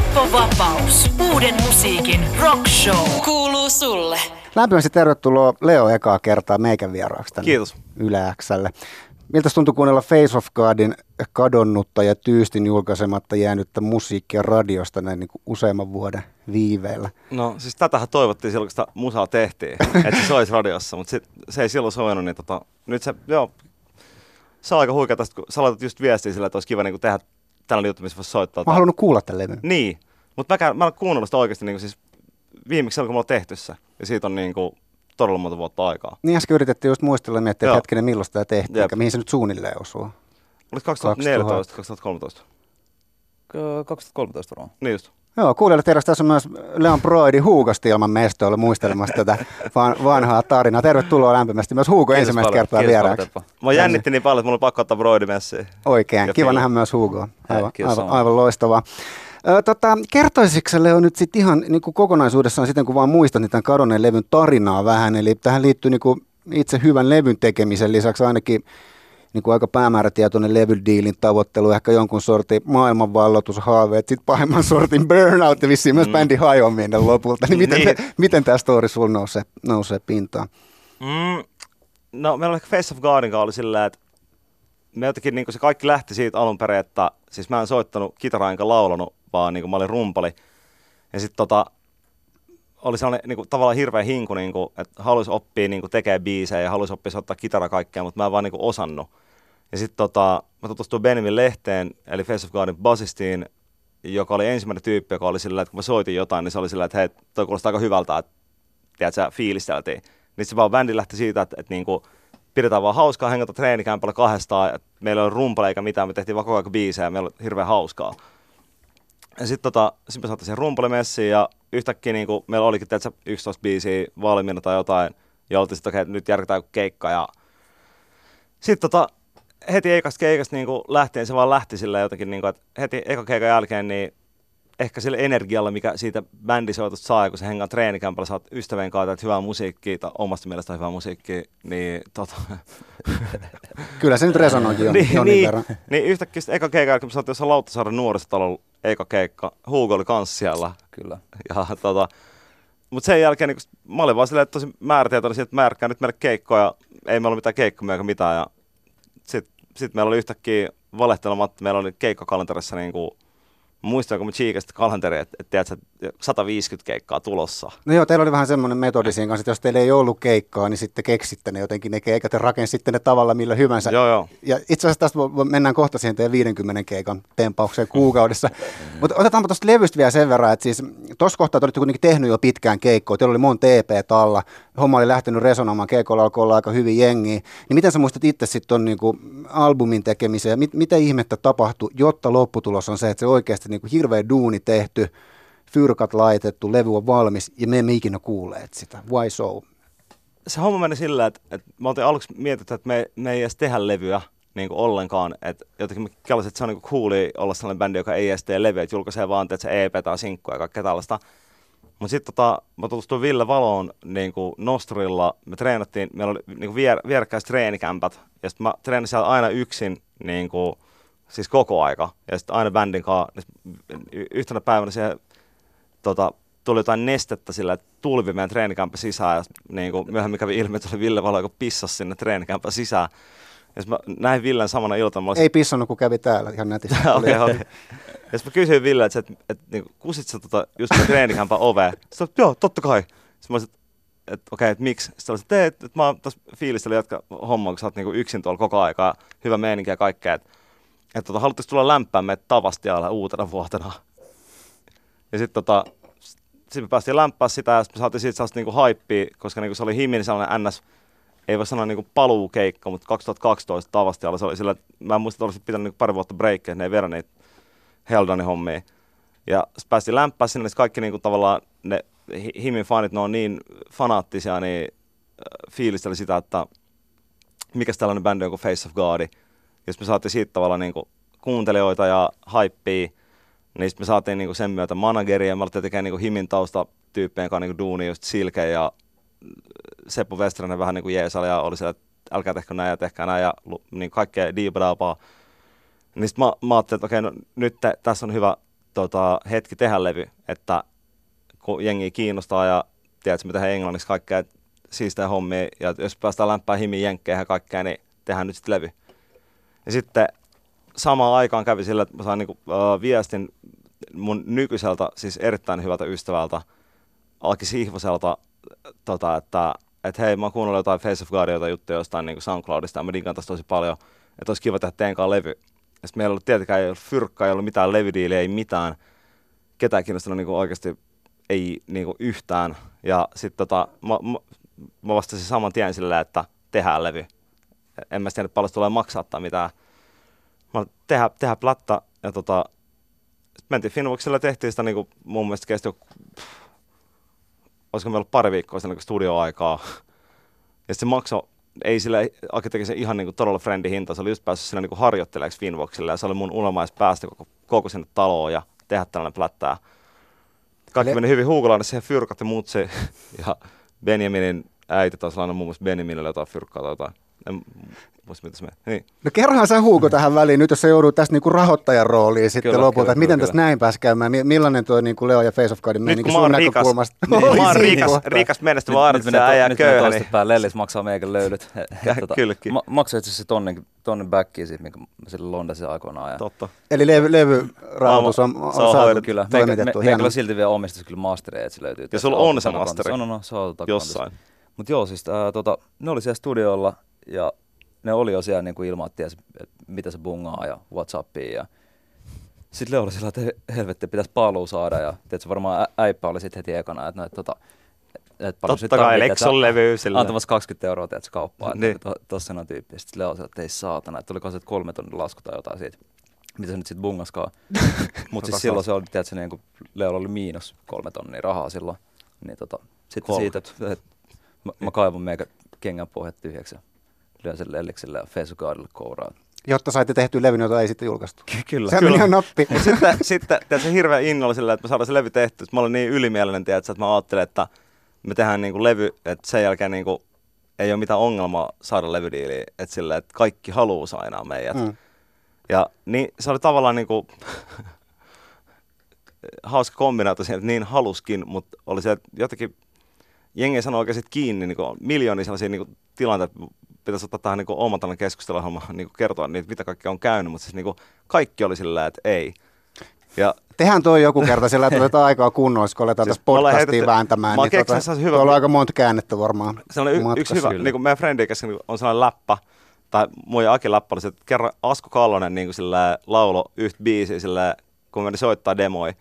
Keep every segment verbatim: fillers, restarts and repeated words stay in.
Teppo Vapaus. Uuden musiikin rock show. Kuuluu sulle. Lämpimästi tervetuloa Leo ekaa kertaa meikän vieraaksi tänne Kiitos. Yle X:lle. Miltä tuntui kuunnella Face of Godin kadonnutta ja tyystin julkaisematta jäänyttä musiikkia radiosta näin niin kuin useamman vuoden viiveellä? No siis tätähän toivottiin silloin, kun sitä musaa tehtiin, että se soisi radiossa, mutta se, se ei silloin soinut, niin tota, nyt se, joo, se on aika huikea tästä, kun sä laitat just viestiä sillä, että olisi kiva niin kuin tehdä tällainen juttu, missä voisi soittaa. Mä oon halunnut kuulla tämän levyn. Niin, mutta mä, mä oon kuunnellut sitä oikeasti niin kuin siis viimeksi silloin, kun mulla on tehty se, ja siitä on niin kuin todella monta vuotta aikaa. Niin äsken yritettiin just muistella ja miettiä, että hetkinen, milloin sitä tehtiin, Jep. eikä mihin se nyt suunnilleen osuu. Oliko kaksituhattaneljätoista kaksituhattakolmetoista? kaksituhattakolmetoista varmaan. Niin just. Joo, kuulijoille tiedoksi tässä on myös Leon Broidi Hugosta ilman mestoilla muistelemassa tätä van, vanhaa tarinaa. Tervetuloa lämpimästi myös Hugo Kiitos ensimmäistä paljon. kertaa Kiitos vieraaksi. paljon, Mä jännitti niin paljon, että mulla oli pakko ottaa Broidi messiin. Oikein, Ja kiva Phil. nähdä myös Hugoa. Aivan, Kiitos aivan, samoin. aivan loistavaa. Ö, tota, kertoisitko Leo nyt sitten ihan niin kuin kokonaisuudessaan siten, kun vaan muistat niin tämän kadonneen levyn tarinaa vähän, eli tähän liittyy niin kuin itse hyvän levyn tekemisen lisäksi ainakin niin kuin aika päämäärätietoinen levydiilin tavoittelu, ehkä jonkun sortin maailmanvalloitushaaveet, sitten pahemman sortin burnout ja vissiin myös mm. bändin hajoaminen lopulta. Niin miten, Niin. Te, miten tämä story sulla nousee, nousee pintaan? Mm, no meillä oli Face of Godin kanssa oli sillä, että me jotenkin niin se kaikki lähti siitä alun perin, että siis mä en soittanut kitaraa enkä laulanut, vaan niin mä olin rumpali. Ja sitten tota, oli sellainen niin kuin, tavallaan hirveä hinku, niin kuin, että haluaisi oppia niin kuin, tekemään biisejä ja haluaisi oppia soittaa kitaraa kaikkea, mutta mä en vaan niin kuin, osannut. Ja sitten tota, mä tutustuin Benjamin Lehteen, eli Face of Godin basistiin, joka oli ensimmäinen tyyppi, joka oli sillä, että kun mä soitin jotain, niin se oli sillä, että hei, toi kuulostaa aika hyvältä, että tiedätkö, fiilisteltiin. Niin se vaan bändi lähti siitä, että, että niin kuin, pidetään vaan hauskaa, hengata treenikämpällä kahdestaan, että meillä ei ole rumpale eikä mitään, me tehtiin vaan koko ajan biisejä ja meillä oli hirveän hauskaa. Ja sitten tota, sit me saatiin siihen rumpalimessiin ja yhtäkkiä niinku, meillä olikin tietysti yksitoista biisiä valmiina tai jotain, ja oltiin sitten, että nyt järjestetään joku keikka. Ja sitten tota, heti ekasta keikasta niinku lähtien se vaan lähti silleen jotenkin, niinku, että heti eka keikan jälkeen niin ehkä sillä energialla, mikä siitä bändisoitusta saa, kun se hengaa treenikämpällä, saat ystävien kanssa teet hyvää musiikkia, tai omasta mielestä hyvää musiikkia, niin tota... Kyllä se nyt resonoikin jo, niin, jo niin, niin verran. Niin yhtäkkiä sitten eka keikan jälkeen, kun me saatiin jossain Lauttasaaren nuorisotalolla eka keikka, Hugo oli kans siellä. Kyllä. Ja, tota, mutta sen jälkeen niin, mä olin vaan silleen, että tosi määrätietoinen siitä, että määräkkää nyt meille keikkoja, ei meillä ole mitään keikkoja eikä mitään. Ja sitten sit meillä oli yhtäkkiä valehtelematta, meillä oli keikkakalenterissa niin kuin, muistan, kun mä chiikasin kalenteria, että, että tiedätkö, sata viisikymmentä keikkaa tulossa. No joo, teillä oli vähän semmoinen metodi siinä kanssa, että jos teillä ei ollut keikkaa, niin sitten keksitte ne jotenkin ne keikat ja rakensitte ne tavalla millä hyvänsä. Joo, joo. Ja itse asiassa tästä mennään kohta siihen teidän viidenkymmenen keikan tempaukseen kuukaudessa. Mutta otetaanpa tuosta levystä vielä sen verran, että siis tuossa kohtaa te olitte kuitenkin tehnyt jo pitkään keikkoa, teillä oli monta E P:tä alla, homma oli lähtenyt resonoimaan, keikoilla alkoi olla aika hyvin jengiä. Niin miten sä muistat itse sitten tuon niinku albumin tekemiseen ja mit, mitä ihmettä tapahtui, jotta lopputulos on se, että se oikeasti niinku hirveä duuni tehty, fyrkat laitettu, levy on valmis ja me emme ikinä kuulleet sitä. Why so? Se homma meni sillä, että, että mä oltiin aluksi mietitty, että me, me ei edes tehdä levyä niin kuin ollenkaan. Että jotenkin mä kelasin, että se on niin kuin coolia olla sellainen bändi, joka ei edes tee levyä, että julkaisee vaan että se E P tai sinkkuja ja kaikkea tällaista. Mutta sitten tota, mä tutustuin Ville Valoon niin kuin Nosturilla, me treenattiin, meillä oli niin kuin vier, vierekkäiset treenikämpät ja sitten mä treenasin siellä aina yksin niin kuin, siis koko aika ja sitten aina bändin kanssa. Yhtenä päivänä siellä tota, tuli jotain nestettä sillä, että tulvi meidän treenikämpä sisään ja niin kuin myöhemmin kävi ilmi, että oli Ville Valo, joka pissasi sinne treenikämpän sisään. Ja mä näin Villen samana iltana. Olisin... Ei pissannut, kun kävi täällä ihan netissä. Okei, okei. Ja sitten mä kysyin Ville, että, että, että, että niin kusit sä tota, just treenikämpän oveen? Sitten että joo, totta kai. Sitten mä olisin, että, että okei, että miksi? Sitten olisin, että, että, että mä oon tässä fiilistely jatka hommaa, kun sä oot niin yksin tuolla koko aikaa, hyvä meininki ja kaikkea. Että, että tota, haluttaisi tulla lämpää meitä Tavastialla uutena vuotena. Ja sitten tota, sit me päästiin lämpää sitä ja sitten me saatiin siitä sellaista niinku haippia, koska niinku se oli Himin sellainen N S, ei voi sanoa niinku paluukeikka, mutta kaksituhattakaksitoista Tavastialla se oli sillä, että mä en muista, että olisi pitänyt niinku pari vuotta breikkiä, että ne ei vedä niitä Heldanin hommia. Ja sitten päästiin lämpää sinne, niin kaikki niinku tavallaan ne Himin fanit, ne on niin fanaattisia, niin äh, fiilisteli sitä, että mikäs tällainen bändi on kuin Face of God. Ja me saatiin siitä tavallaan niinku kuuntelijoita ja haippia. Niin sitten me saatiin niinku sen myötä manageria ja me alettiin tekemään niinku Himin taustatyyppien kanssa niinku duunia, just Silke ja Seppo Westerinen vähän niinku jeesali ja oli siellä, että älkää tehkö näin ja tehkää näin ja niinku kaikkea diibadaapaa. Niin sitten mä, mä ajattelin, että okei, no nyt te, tässä on hyvä tota, hetki tehdä levy, että kun jengi kiinnostaa ja tiedätkö, me tehdään englanniksi kaikkea siistää hommia, ja jos päästään lämpää himiin jenkkeihin ja kaikkea, niin tehdään nyt sitten levy. Ja sitten samaan aikaan kävi sillä, että mä sain niinku, uh, viestin mun nykyiseltä, siis erittäin hyvältä ystävältä, Alki Sihvoselta, tota, että et hei, mä oon kuunnellut jotain Face of Godia, jotain juttuja jostain niin SoundCloudista, ja mä digan tästä tosi paljon, että olisi kiva tehdä teidän kanssa levy. Ja sitten meillä ei ollut tietenkään, ei ollut fyrkkaa, ei ollut mitään levydiiliä, ei mitään, ketään kiinnostanut niin oikeasti ei niin yhtään. Ja sitten tota, mä, mä, mä vastasin saman tien silleen, että tehdään levy. En mä tiedä, että paljon tulee maksaa tai mitään. Mä tehdään, tehdään platta, ja tota, mentiin Finvoxilla ja tehtiin sitä niin kuin, mun mielestä kesti jo, olisiko meillä ollut pari viikkoa niin studioaikaa. Ja se maksoi, ei sillä, Aki teki se ihan niin kuin todella friendly hinta, se oli just päässyt siinä niin harjoitteleeksi Finvoxilla, ja se oli mun unelmais päästä koko, koko sinne taloon ja tehdä tällainen plättää. Kaikki Le- meni hyvin Huukolainen, siihen fyrkat ja mutsi, ja Benjaminin äiti taas lainaa muun muassa Benjaminille jotain fyrkkaa tai jotain. En muista, mitä se meni. Niin. No kerrohan sä Huuko tähän väliin, nyt jos sä joudut tästä niinku rahoittajan rooliin sitten kyllä, lopulta, kyllä, että miten kyllä, tästä näin pääsi käymään, millainen tuo niinku Leo ja Face of God meni niinku sun näkökulmasta? Nyt kun mä oon rikas, rikas menestyvä artisti ja äijä köyhä. Nyt menee Lellis maksaa meikän löylyt. tota, Kylläkin. Ma- maksoi itse asiassa tonnin, tonnin backia siitä, minkä sille londasin aikoinaan. Ja totta. Eli levy, levyrahoitus on, on, on saatu kyllä. toimitettu. Meillä me, on silti vielä omistus kyllä mastereja, että se löytyy. Ja sulla on se masteri. On, on, on, se on jossain. Mutta joo, siis ää, tota, ne oli siellä studiolla ja ne oli jo siellä niin kuin ilman, että tiesi, että mitä se bungaa ja WhatsAppia. Ja sitten Leo oli sillä, että helvetti, pitäisi paluu saada. Ja tiedätkö, varmaan ä- äippä oli sitten heti ekana, että no, et, tota, et totta kai, Lexon levy sillä. Antamassa kaksikymmentä euroa, tiedätkö, kauppaan. Niin. Tuossa on tyyppi. Sitten Leo oli, että ei saatana, että tuli kanssa kolme tonnin lasku tai jotain siitä. Mitä se nyt sitten bungaskaan. Mutta siis silloin se oli, tiedätkö, niin kuin Leolla oli miinus kolme tonnia rahaa silloin. Niin tota, sitten kolmekymmentä. Siitä, että mä, mä kaivon meikä kengän pohjat tyhjäksi. Lyön sen Lellikselle ja Face of Godille kouraa. Jotta saitte tehtyä levyn, jota ei sitten julkaistu. Kyllä. Se kyllä. meni ihan nappi. sitten sitten se hirveä innolla sillä, että me saadaan se levy tehty. Mä olin niin ylimielinen, tiedätkö, että mä ajattelin, että me tehdään niin kuin levy, että sen jälkeen niin kuin ei ole mitään ongelmaa saada levydiiliä. Että sillä, että kaikki haluaa sainaa meidät. Mm. Ja niin, se oli tavallaan niin kuin hauska kombinaatio siihen, että niin haluskin, mutta oli se, että jotenkin jengi ei sano oikein sit kiinni niin miljoonia sellaisia niin tilanteita, pitäisi ottaa tähän niin oma tällainen keskusteluohjelma, niin kertoa niitä, mitä kaikki on käynyt, mutta siis niin kaikki oli sillä, että ei. Ja tehän toi joku kerta sillä, että otetaan aikaa kunnoissa, kun aletaan siis tässä podcastia heitetty, vääntämään. Niin tota, hyvä, tuolla on aika monta käännettä varmaan. Se oli y- yksi hyvä, niin kuin meidän friendien kesken on sellainen läppä, tai mun ja Akin läppä oli se, että kerran Asko Kallonen niin sillä laulo yhtä biisiä, sillä, kun meni soittaa demoi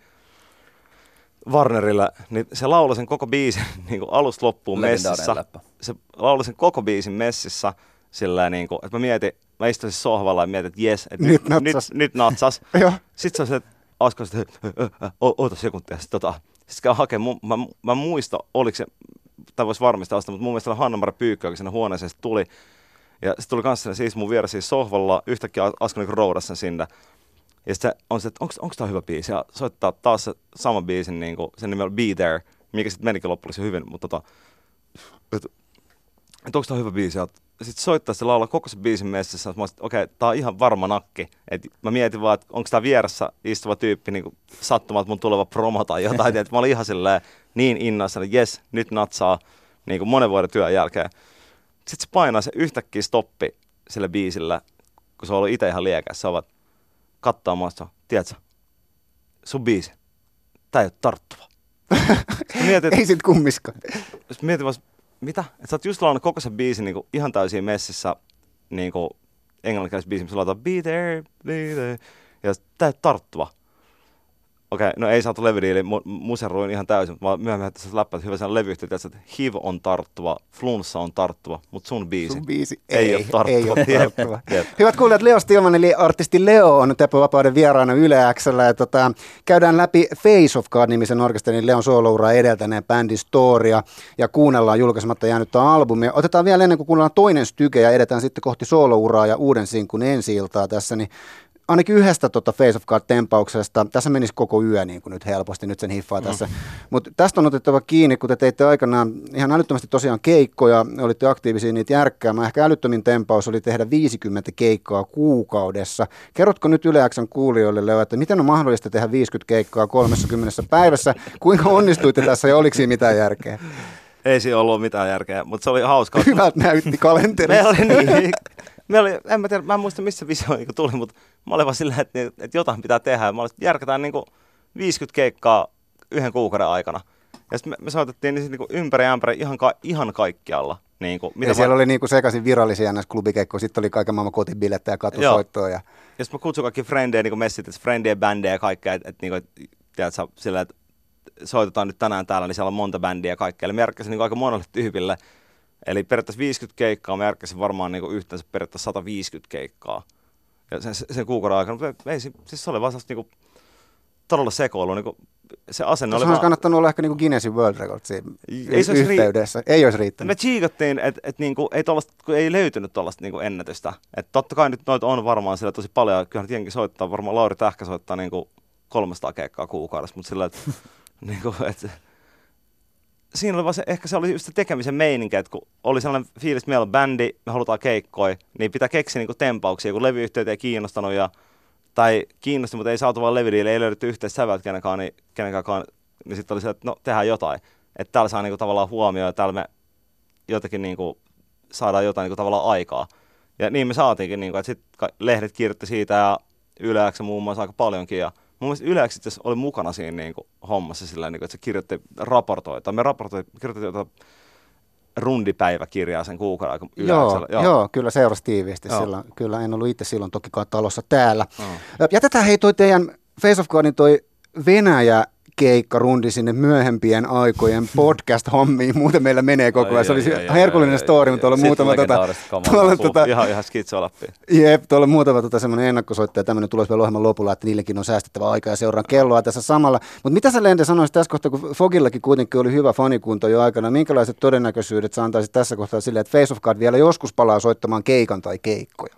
Warnerilla, niin se lauloi sen koko biisin niin kuin alusta loppuun messissä. Läppä. Se lauloi sen koko biisin messissä sillä niin kuin, että mä mietin, mä istuin siis sohvalla ja mietin, että jes, että nyt, nyt, nyt, nyt natsas. Sitten se on se, että Asko sitten, oota sekuntia, sitten tota, sitten käy hakemaan, mä, mä muista, oliko se, tai voisi varmistaa sitä, mutta mun mielestä oli Hanna-Mari Pyykkö, joka sinne huoneeseen tuli. Ja se tuli kanssa siis mun vieressä siis sohvalla, yhtäkkiä Asko niin roudasi sen sinne. Ja sitten on se, että onko tämä hyvä biisi? Ja soittaa taas se sama biisin, niin kuin, sen nimi oli Be There, mikä sitten menikin loppujen hyvin. Mutta tota, että et onko tämä hyvä biisi? Ja sitten soittaa se laulaa koko se biisin messissä. Mä olisin, että okei, okay, tämä on ihan varma nakki. Et mä mietin vaan, että onko tämä vieressä istuva tyyppi niin sattumat mun tuleva promo tai jotain. Et mä olin ihan silleen, niin innoissa, että jes, nyt natsaa niin kuin monen vuoden työn jälkeen. Sitten se painaa se yhtäkkiä stoppi sillä biisillä, kun se on ollut itse ihan liekässä. Se ovat katsoa muista, tiedätkö, sun biisi, tää ei ole tarttuva. Mietin, ei sit kummiskaan. Sitten mietin vaan, mitä? Että sä oot just laulannut koko sen biisin niin ihan täysin messissä, niin englanninkielisessä biisi, missä lauletaan be there, be there, ja tää ei ole tarttuva. Okei, okay, no ei saatu levydiili, mu- museroin ihan täysin, mutta myöhemmin että sä läppät hyvä sen levyyhtiö, että H I V on tarttuva, Flunssa on tarttuva, mutta sun biisi, sun biisi ei, ei ole tarttuva. Ei ole tarttuva. Jep. Hyvät kuulijat, Leo Stillman eli artisti Leo on Teppo Vapauden vieraana Yle X:llä ja tota, käydään läpi Face of God-nimisen orkesterin Leon soolouraa edeltäneen bändin storia ja kuunnellaan julkaisematta jäänyttä albumia. Otetaan vielä ennen kuin kuunnellaan toinen styke ja edetään sitten kohti soolouraa ja uuden sinkun ensi-iltaa tässä, niin ainakin yhdestä tota Face of God-tempauksesta, tässä menisi koko yö niin kuin nyt helposti, nyt sen hiffaa mm. tässä, mutta tästä on otettava kiinni, kun te teitte aikanaan ihan älyttömästi tosiaan keikkoja, olitte aktiivisia niitä järkkäämään, ehkä älyttömin tempaus oli tehdä viisikymmentä keikkaa kuukaudessa. Kerrotko nyt Yle X:n kuulijoille, Leo, että miten on mahdollista tehdä viisikymmentä keikkaa kolmekymmentä päivässä, kuinka onnistuitte tässä ja oliko siinä mitään järkeä? Ei siinä ollut mitään järkeä, mutta se oli hauskaa. Hyvältä näytti kalenterissa. Meillä oli niin, meillä oli, en mä tiedä, mä en muista missä visio niin tuli, mutta mä olin vaan silleen, että, että jotain pitää tehdä. Ja mä olin, että järkätään niin viisikymmentä keikkaa yhden kuukauden aikana. Ja sitten me, me soitettiin niin, niin ympäri ja ämpäri ihan, ka, ihan kaikkialla. Niin kuin, mitä ja siellä mä... oli niin kuin sekaisin virallisia näissä klubikeikkoja, sitten oli kaiken maailman kotibilettejä ja katusoittoa. Ja, ja sitten mä kutsuin kaikki frendejä, niin kuin messit, että frendien bändejä ja kaikkea, että, että, että, tiedätkö, sillä, että soitetaan nyt tänään täällä, niin siellä on monta bändiä ja kaikkea. Eli mä järkkäsin niin aika monelle tyypille. Eli periaatteessa viisikymmentä keikkaa, mä järkkäsin varmaan niin yhteensä periaatteessa sata viisikymmentä keikkaa. Ja sen, sen kuukauden aikana, mutta ei, siis se oli vaan sellaista niin todella sekoilua. Niin se asenne oli vaan... olisi kannattanut olla ehkä niin Guinnessin World Record siinä ei y- yhteydessä. Ri... Ei olisi riittänyt. Me chiikattiin, että et, niin ei, ei löytynyt tuollaista niin ennätystä. Et totta kai nyt noita on varmaan sillä tosi paljon. Kyllähän nyt jenkin soittaa, varmaan Lauri Tähkä soittaa niin kolmesataa keikkaa kuukaudessa, mutta sillä, että... niin kuin, että siinä oli vaan se, ehkä se oli just se tekemisen meininki, että kun oli sellainen fiilis, että meillä on bändi, me halutaan keikkoja, niin pitää keksiä niin tempauksia, kun levyyhtiöt ei kiinnostanut ja, tai kiinnosti, mutta ei saatu vaan levydiille, ei löydetty yhteistä sävää kenenkään, niin, kenenkään, niin sitten oli se, että no tehdään jotain. Että täällä saa niin kuin, tavallaan huomioon ja täällä me jotenkin niin kuin, saadaan jotain niin kuin, tavallaan aikaa. Ja niin me saatiinkin, niin kuin, että sitten lehdet kirjoitti siitä ja Yle X muun muassa aika paljonkin. Ja mun mielestä Yle X oli mukana siinä niin kuin, hommassa sillä, niin kuin, että se kirjoitti raportoi, tai me raportoi, kirjoitti jotain rundipäiväkirjaa sen kuukauden aikana Yle joo, joo. joo, kyllä seurasi tiiviisti joo. Silloin. Kyllä en ollut itse silloin tokikaan talossa täällä. Joo. Jätetään hei toi teidän Face of Godin toi Venäjä keikkarundi sinne myöhempien aikojen podcast-hommiin. Muuten meillä menee koko ajan. Se oli herkullinen story, mutta tuolla muutama... Tota, tuolla, tota, ihan ihan skitsolappiin. Jep, tuolla muutama tota, semmoinen ennakkosoittaja. Tämmöinen tulos vielä ohjelman lopulla, että niillekin on säästettävä aika ja seuraan kelloa tässä samalla. Mutta mitä sä Lende sanoisit tässä kohtaa, kun Fogillakin kuitenkin oli hyvä fanikunta jo aikana. Minkälaiset todennäköisyydet sä antaisit tässä kohtaa silleen, että Face of God vielä joskus palaa soittamaan keikan tai keikkoja?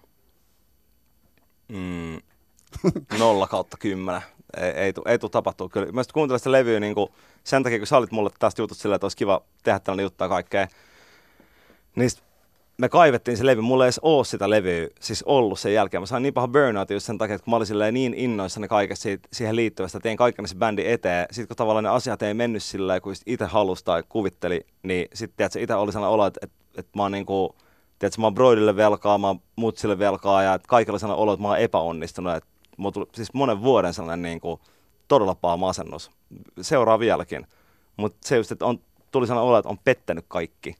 Mm, nolla kautta kymmenen. Ei, ei, ei tule tapahtua. Kyllä. Mä kuuntelin sitä levyä niin kuin, sen takia, kun sä olit mulle tästä jutut silleen, että olisi kiva tehdä tällainen juttu ja kaikkea. Niin me kaivettiin se levy. Mulla ei edes ole sitä levyä siis ollut sen jälkeen. Mä sain niin paha burnout just sen takia, että kun mä olin niin innoissani kaikesta siitä, siihen liittyvästä, tein kaiken se bändi eteen. Sitten kun tavallaan ne asiat ei mennyt silleen, kun itse halusi tai kuvitteli, niin sitten itse oli sellainen olo, että, että, että mä oon niin kuin, tiedätkö, mä oon Broidille velkaa, mä oon Mutsille velkaa ja kaikilla sellainen olo, että mä oon epäonnistunut. Että mulla tuli siis monen vuoden sellainen niin kuin, todella paha masennus. Seuraa vieläkin. Mutta se just, että on, tuli sellainen olo, että on pettänyt kaikki.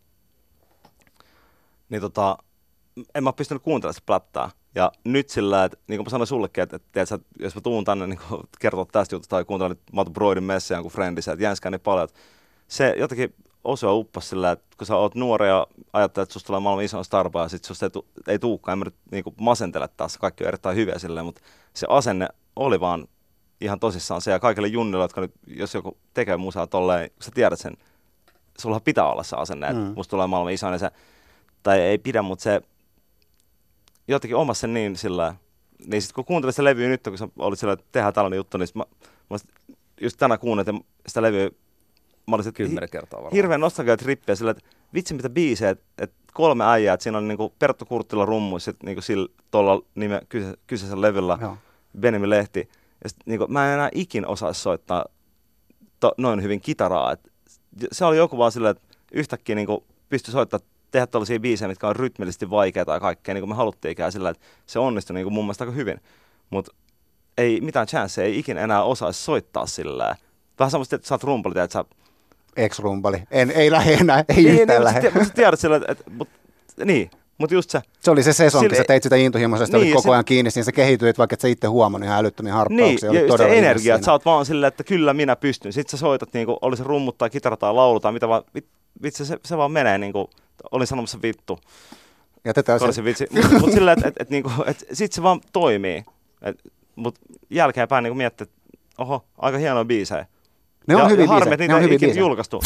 Niin tota, en mä ole pystynyt kuuntelemaan sitä plättää. Ja nyt sillä, että niin kuin mä sanoin sullekin, että, että, että jos mä tuun tänne niin kertoa tästä jutusta tai kuuntelen, että mä oon Broidin messiä jonkun frendissä, että jänskää niin paljon, että se jotenkin osua uppas sillä, että kun sä oot nuori ja ajattelet, että susta tulee maailman isoin starpa ja sit susta ei, tu- ei tuukaan, en mä nyt niin kuin masentele taas, kaikki on erittäin hyviä silleen, mutta se asenne oli vaan ihan tosissaan se ja kaikille junnille, jotka nyt, jos joku tekee musaa tolleen, kun sä tiedät sen, sulla pitää olla se asenne, että mm. musta tulee maailman isoin ja se, tai ei pidä, mutta se jotenkin omassa sen niin sillä, niin sit kun kuuntelin sitä levyä nyt, kun sä olit sillä, että tehdään tällainen juttu, niin mä, mä just tänään kuuntelin sitä levyä, mä olisin kymmenen kertaa varmaan. Hirveän nostalgia-trippiä sillä, että vitsi mitä biisejä, että, että kolme äijää, että siinä on niinku Perttu Kurttila rummuissa, niinku sillä tuolla nime, kyse, kyseisellä levyllä, joo. Benjamin Lehti. Ja sit, niinku, mä en enää ikin osaisi soittaa to, noin hyvin kitaraa. Et se oli joku vaan sillä, että yhtäkkiä niinku pystyi soittamaan, tehdä tällaisia biisejä, mitkä on rytmillisesti vaikeita ja kaikkea, niin kuin me haluttiinkaan sillä, että se onnistui niinku mun mielestä aika hyvin. Mutta ei mitään chanceja, ei ikin enää osaisi soittaa sillä. Vähän semmoista, että sä oot rumpali, että sä ex-rumpali. En, ei lähde enää, ei niin, yhtään niin, lähde. Mutta sä tiedät sillä, että, että mut, niin, mutta just se. Se oli se sesonki, sille, sä teit sitä intohimoisesti, niin, olit koko se, ajan kiinni, siinä sä kehityit, vaikka et sä itse huomannut ihan älyttömiä harppauksia. Niin, ja se energia, että sä oot vaan silleen, että kyllä minä pystyn. Sitten sä soitat, niin kuin, oli se rummut tai kitara tai laulu tai mitä vaan, vitsi se, se vaan menee, niin kuin, olin sanomassa vittu. Jätetään se. Vitsi. Mutta mut silleen, että et, et, niin et, sit se vaan toimii. Mutta jälkeenpäin niin miettii, että oho, aika hienoja biisejä. Ne on ja, hyviä ja harmi, biisejä. että niitä ei ikinä julkaistu.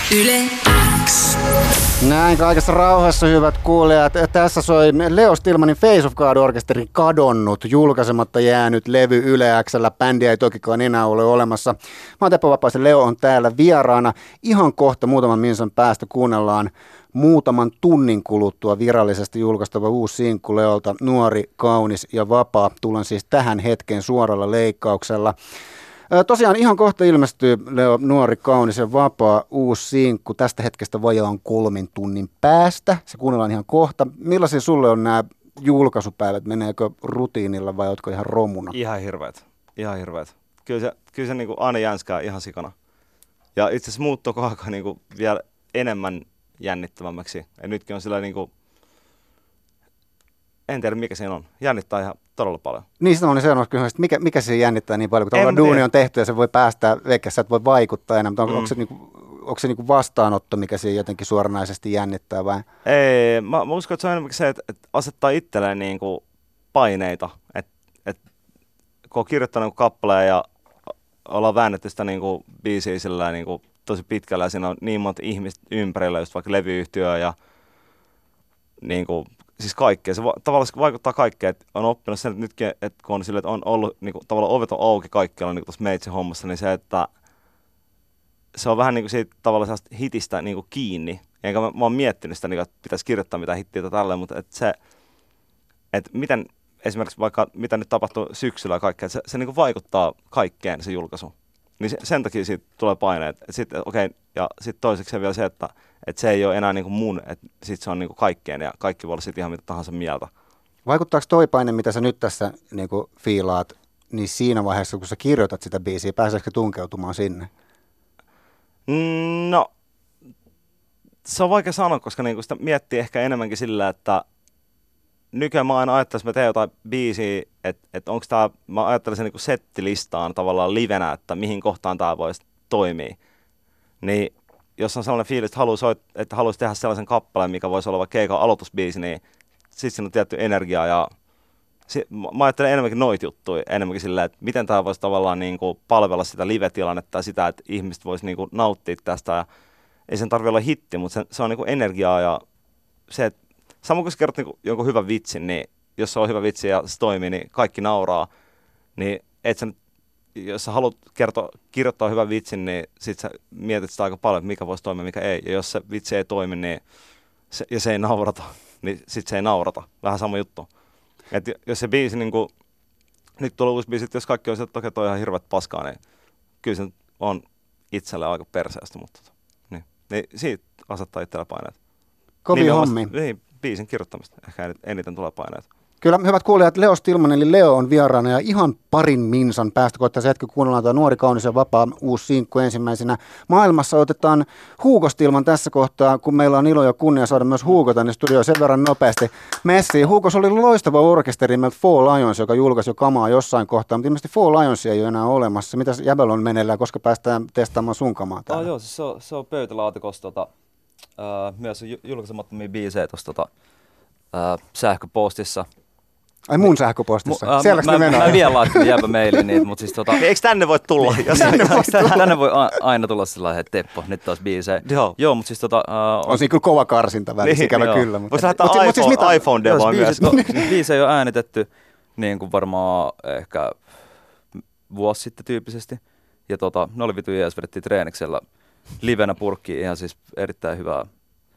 Yle X. Näin kaikessa rauhassa, hyvät kuulijat. Tässä soi Leo Stillmanin Face of God-orkesterin Kadonnut, julkaisematta jäänyt levy Yle X:llä. Bändiä ei tokikaan enää ole olemassa. Mä oon Teppo Vapaisen, Leo on täällä vieraana. Ihan kohta muutaman minsan päästä kuunnellaan muutaman tunnin kuluttua virallisesti julkaistava uusi sinkku Leolta, Nuori, kaunis ja vapaa. Tullaan siis tähän hetkeen suoralla leikkauksella. Tosiaan ihan kohta ilmestyy Leo, Nuori, kaunis ja vapaa uusi sinkku tästä hetkestä vajaan kolmen tunnin päästä. Se kuunnellaan ihan kohta. Millaisia sulle on nämä julkaisupäivät? Meneekö rutiinilla vai ootko ihan romuna? Ihan hirveät. Ihan hirveät. Kyllä se, kyllä se niin kuin aina jänskää ihan sikana. Ja itse asiassa muuttuu koko ajan niin kuin vielä enemmän jännittävämmäksi. Ja nytkin on sillä niin kuin, en tiedä mikä siinä on. Jännittää ihan todella paljon. Niin sitä on seuraavassa kysymys, että mikä, mikä se jännittää niin paljon, kun tavallaan duuni on tehty ja se voi päästää vekkä, sä et voi vaikuttaa enää, mutta on, mm. onko se, niinku, onko se niinku vastaanotto, mikä se jotenkin suoranaisesti jännittää vai? Ei, mä, mä uskon, että se on enemmänkin se, että, että asettaa itselleen niinku paineita, että, että kun on kirjoittanut kappaleen ja ollaan väännetty sitä niinku biisiä sillä niinku tosi pitkällä ja siinä on niin monta ihmistä ympärillä, just vaikka levyyhtiöä ja niinku siis kaikkea. Se va- tavallaan se vaikuttaa kaikkeen, että on oppinut sen, että nytkin, että kun on sille, että on ollut niinku, tavallaan ovet on auki kaikkialla niinku tuossa meitsin hommassa, niin se, että se on vähän niinku siitä tavallaan sellaista hitistä niinku kiinni. Enkä mä, mä oon miettinyt sitä, niinku, että pitäisi kirjoittaa mitään hittiä tai tälleen, mutta että se, että miten esimerkiksi vaikka mitä nyt tapahtuu syksyllä ja kaikkea, että se, se niinku vaikuttaa kaikkeen se julkaisu. Niin se, sen takia siitä tulee paineet. Sitten okei, okay, ja sitten toiseksi vielä se, että et se ei ole enää niinku mun, että sitten se on niinku kaikkeen ja kaikki voi olla sitten ihan mitä tahansa mieltä. Vaikuttaako toi paine, mitä sä nyt tässä niinku fiilaat, niin siinä vaiheessa, kun sä kirjoitat sitä biisiä, pääseekö tunkeutumaan sinne? No, se on vaikea sanoa, koska niinku sitä miettii ehkä enemmänkin sillä, että nykyään mä aina ajattelisin, että mä teen jotain biisiä, että, että onko tää, mä ajattelisin niinku settilistaan tavallaan livenä, että mihin kohtaan tää voisi toimia. Niin jos on sellainen fiilis, että haluaisi, että haluaisi tehdä sellaisen kappaleen, mikä voisi olla vaikka keikan aloitusbiisi, niin sitten siinä on tietty energiaa ja si- mä ajattelen enemmänkin noita juttuja, enemmänkin sillä, että miten tämä voisi tavallaan niinku palvella sitä live-tilannetta ja sitä, että ihmiset voisi niinku nauttia tästä ja ei sen tarvitse olla hitti, mutta se, se on niinku energiaa ja se, että samoin kun sä kerrot niinku jonkun hyvän vitsin, niin jos se on hyvä vitsi ja se toimii, niin kaikki nauraa, niin et sä nyt, jos sä haluat kertoa, kirjoittaa hyvän vitsin, niin sit sä mietit sitä aika paljon, että mikä voisi toimia, mikä ei. Ja jos se vitsi ei toimi, niin se, ja se ei naurata, niin sit se ei naurata. Vähän sama juttu. Et jos se biisi, niin kuin, nyt tulee uusi biisi, jos kaikki on se, että okei, toi on ihan hirveät paskaa, niin kyllä se on itselle aika perseästä, mutta niin, niin siitä asettaa itselle paineet. Kovia hommi. Niin, biisin kirjoittamista ehkä eniten tulee paineet. Kyllä, hyvät kuulijat, Leo Stillman eli Leo on vieraana ja ihan parin minsan päästä, kun ottaisiin hetki kuunnellaan tuo Nuori, kaunis ja vapaa uusi sinkku ensimmäisenä maailmassa. Otetaan Hugo Stillman tässä kohtaa, kun meillä on ilo ja kunnia saada myös Hugo tänne studioon sen verran nopeasti messiin. Hugo, se oli loistava orkesteri meiltä Four Lions, joka julkaisi jo kamaa jossain kohtaa, mutta ilmeisesti Four Lionsia ei ole enää olemassa. Mitäs Jäbel on meneillään, koska päästään testaamaan sun kamaa täällä? Oh, joo, siis se on, se on pöytälaatikossa tota, äh, myös julkaisemattomia biisejä tuossa tota, äh, sähköpostissa. Ai mun sähköpostissa? Mu- Sielläks mä, ne mä, mä en vielä laittanut jääpä mailiin niitä, mutta siis tota... Eikö tänne voi tulla? tänne, voi tulla. tänne voi a- aina tulla sellainen, että Teppo, nyt taas biisejä. Joo. Joo, mutta siis tota... Uh, on, on siinä kyllä kova karsinta välissä, niin, ikävä joo. kyllä. Voisi lähettää iPhone, siis mitä... iPhone-demoa myös. Biisejä on äänitetty niin kuin varmaan ehkä vuosi sitten tyyppisesti. Ja tota, ne oli vitu jees, vedettiin treeniksellä livenä purkkiin, ihan siis erittäin hyvää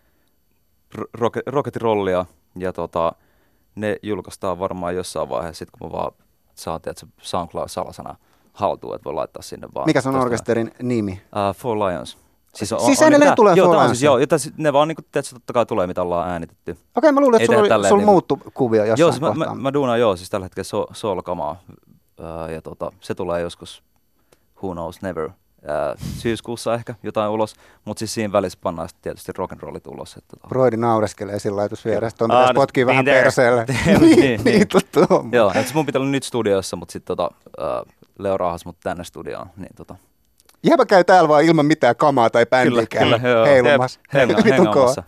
rock- rocketirollia. Ja tota... Ne julkaistaan varmaan jossain vaiheessa, sit kun mä vaan saan tiedät, se SoundCloud-salasana haltuun, että voi laittaa sinne vaan. Mikä se on orkesterin nimi? Uh, Four Lions. Siis, on, siis on, edelleen tulee joo, Four Lions? Siis, joo, jota, ne vaan niin kuin, tiedät, totta kai tulee, mitä ollaan äänitetty. Okei, okay, mä luulen, että sulla, oli, sulla niin, muuttu kuvia jossain joo, siis kohtaa. Mä, mä, mä duunaan joo, siis tällä hetkellä so, soul-kamaa. Uh, ja tota, se tulee joskus, who knows, never. Uh, syyskuussa ehkä jotain ulos, mutta siis siinä välissä pannaan tietysti rock'n'rollit ulos. Että, tota. Broidi naureskelee sillä laitus vieressä, tuon pitäisi potkia vähän perseelle. niin, niin, tuttu homma. Joo, siis mun pitää olla nyt studiossa, mutta sitten tota, uh, Leo raahasi mut tänne studioon. Niin, tota. Jäbä käy täällä vaan ilman mitään kamaa tai bändiäkään heilumassa. Hengaamassa.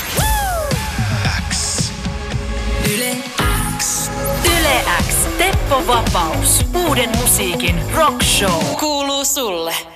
Yle X. Yle X. Teppo Vapaus. Uuden musiikin rock show. Kuuluu sulle.